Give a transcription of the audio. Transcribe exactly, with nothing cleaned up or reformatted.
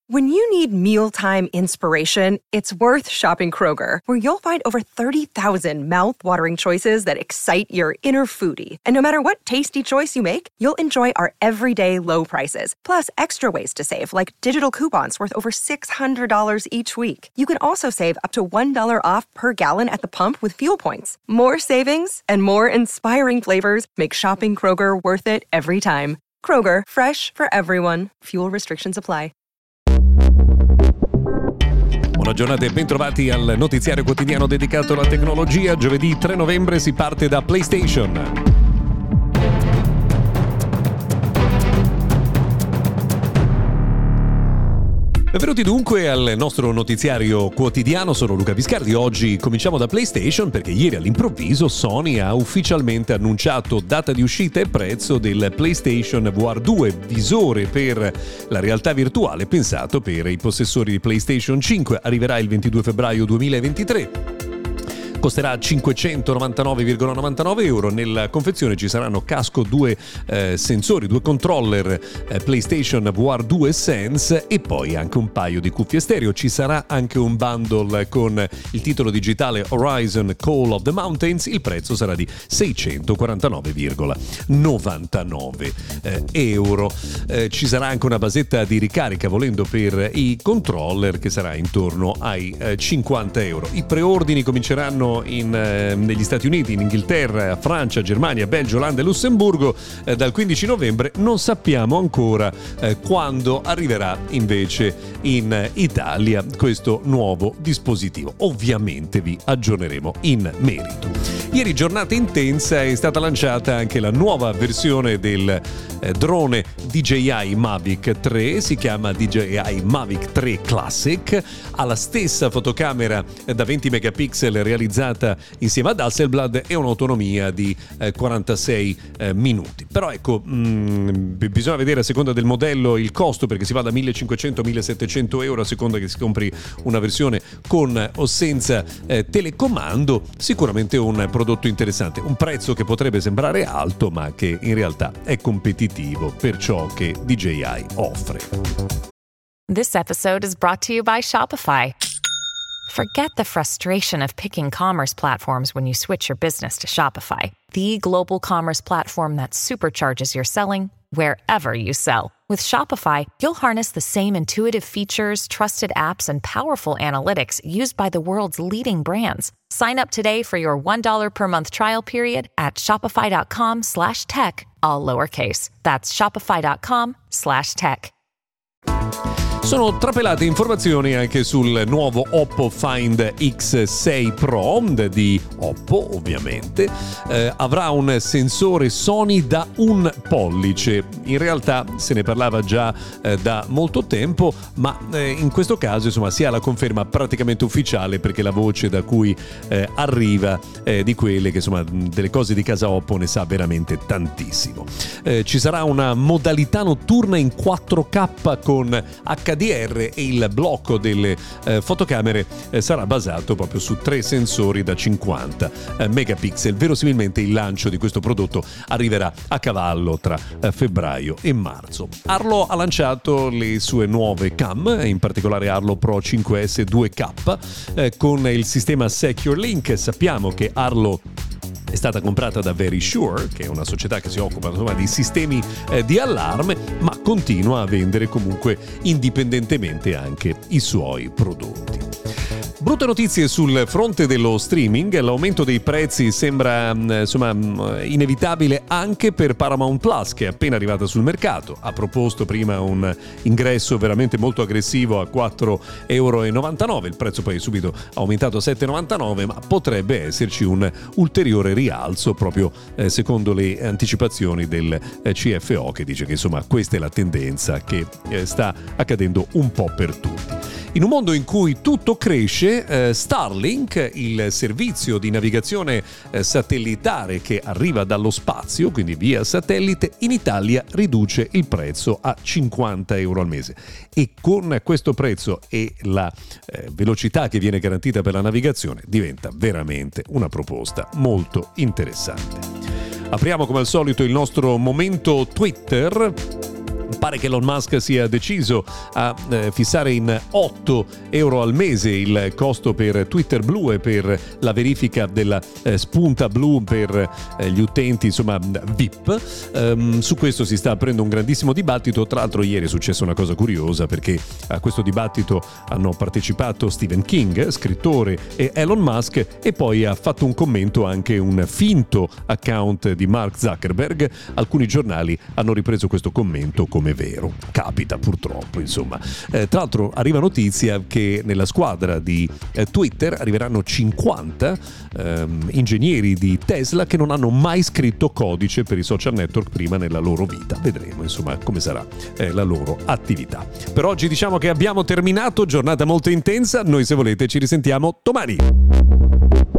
When you need mealtime inspiration, it's worth shopping Kroger, where you'll find over thirty thousand mouth-watering choices that excite your inner foodie. And no matter what tasty choice you make, you'll enjoy our everyday low prices, plus extra ways to save, like digital coupons worth over six hundred dollars each week. You can also save up to one dollar off per gallon at the pump with fuel points. More savings and more inspiring flavors make shopping Kroger worth it every time. Kroger, fresh for everyone. Fuel restrictions apply. Buona giornata e bentrovati al notiziario quotidiano dedicato alla tecnologia. Giovedì tre novembre si parte da PlayStation. Benvenuti dunque al nostro notiziario quotidiano, sono Luca Viscardi. Oggi cominciamo da PlayStation perché ieri all'improvviso Sony ha ufficialmente annunciato data di uscita e prezzo del PlayStation V R due, visore per la realtà virtuale pensato per i possessori di PlayStation cinque. Arriverà il ventidue febbraio duemilaventitré. Costerà cinquecentonovantanove virgola novantanove euro. Nella confezione ci saranno casco, due eh, sensori, due controller eh, PlayStation V R due Sense e poi anche un paio di cuffie stereo. Ci sarà anche un bundle con il titolo digitale Horizon Call of the Mountains. Il prezzo sarà di seicentoquarantanove virgola novantanove eh, euro. Eh, ci sarà anche una basetta di ricarica volendo per i controller che sarà intorno ai eh, cinquanta euro. I preordini cominceranno In, eh, negli Stati Uniti, in Inghilterra, Francia, Germania, Belgio, Olanda e Lussemburgo eh, dal quindici novembre. Non sappiamo ancora eh, quando arriverà invece in Italia questo nuovo dispositivo. Ovviamente vi aggiorneremo in merito. Ieri, giornata intensa, è stata lanciata anche la nuova versione del eh, drone D J I Mavic tre. Si chiama D J I Mavic tre Classic. Ha la stessa fotocamera eh, da venti megapixel realizzata insieme ad Hasselblad e un'autonomia di eh, quarantasei eh, minuti. Però ecco, mh, bisogna vedere a seconda del modello il costo, perché si va da millecinquecento a millesettecento euro a seconda che si compri una versione con o senza eh, telecomando. Sicuramente un prodotto interessante, un prezzo che potrebbe sembrare alto ma che in realtà è competitivo per ciò che D J I offre. This episode is brought to you by Shopify. Forget the frustration of picking commerce platforms when you switch your business to Shopify, the global commerce platform that supercharges your selling wherever you sell. With Shopify, you'll harness the same intuitive features, trusted apps, and powerful analytics used by the world's leading brands. Sign up today for your one dollar per month trial period at shopify.com slash tech, all lowercase. That's shopify.com slash tech. Sono trapelate informazioni anche sul nuovo Oppo Find X sei Pro di Oppo, ovviamente. Eh, avrà un sensore Sony da un pollice. In realtà se ne parlava già eh, da molto tempo, ma eh, in questo caso insomma si ha la conferma praticamente ufficiale, perché la voce da cui eh, arriva eh, di quelle che insomma delle cose di casa Oppo ne sa veramente tantissimo. Eh, ci sarà una modalità notturna in quattro K con H D R e il blocco delle eh, fotocamere eh, sarà basato proprio su tre sensori da cinquanta eh, megapixel. Verosimilmente il lancio di questo prodotto arriverà a cavallo tra eh, febbraio e marzo. Arlo ha lanciato le sue nuove cam, in particolare Arlo Pro cinque S due K eh, con il sistema Secure Link. Sappiamo che Arlo è stata comprata da Verisure, che è una società che si occupa insomma di sistemi eh, di allarme, ma continua a vendere comunque indipendentemente anche i suoi prodotti. Brutte notizie sul fronte dello streaming. L'aumento dei prezzi sembra insomma inevitabile anche per Paramount Plus, che è appena arrivata sul mercato. Ha proposto prima un ingresso veramente molto aggressivo a quattro virgola novantanove euro, il prezzo poi è subito aumentato a sette virgola novantanove, ma potrebbe esserci un ulteriore rialzo proprio eh, secondo le anticipazioni del eh, C F O, che dice che insomma questa è la tendenza che eh, sta accadendo un po' per tutti. In un mondo in cui tutto cresce, eh, Starlink, il servizio di navigazione eh, satellitare che arriva dallo spazio, quindi via satellite, in Italia riduce il prezzo a cinquanta euro al mese. E con questo prezzo e la eh, velocità che viene garantita per la navigazione diventa veramente una proposta molto interessante. Apriamo come al solito il nostro momento Twitter. Pare che Elon Musk sia deciso a eh, fissare in otto euro al mese il costo per Twitter Blue e per la verifica della eh, spunta blu per eh, gli utenti, insomma V I P. Um, su questo si sta aprendo un grandissimo dibattito. Tra l'altro ieri è successa una cosa curiosa, perché a questo dibattito hanno partecipato Stephen King, scrittore, e Elon Musk, e poi ha fatto un commento anche un finto account di Mark Zuckerberg. Alcuni giornali hanno ripreso questo commento come vero. Capita purtroppo, insomma. Eh, tra l'altro arriva notizia che nella squadra di eh, Twitter arriveranno cinquanta ehm, ingegneri di Tesla che non hanno mai scritto codice per i social network prima nella loro vita. Vedremo insomma come sarà eh, la loro attività. Per oggi diciamo che abbiamo terminato, giornata molto intensa. Noi, se volete, ci risentiamo domani.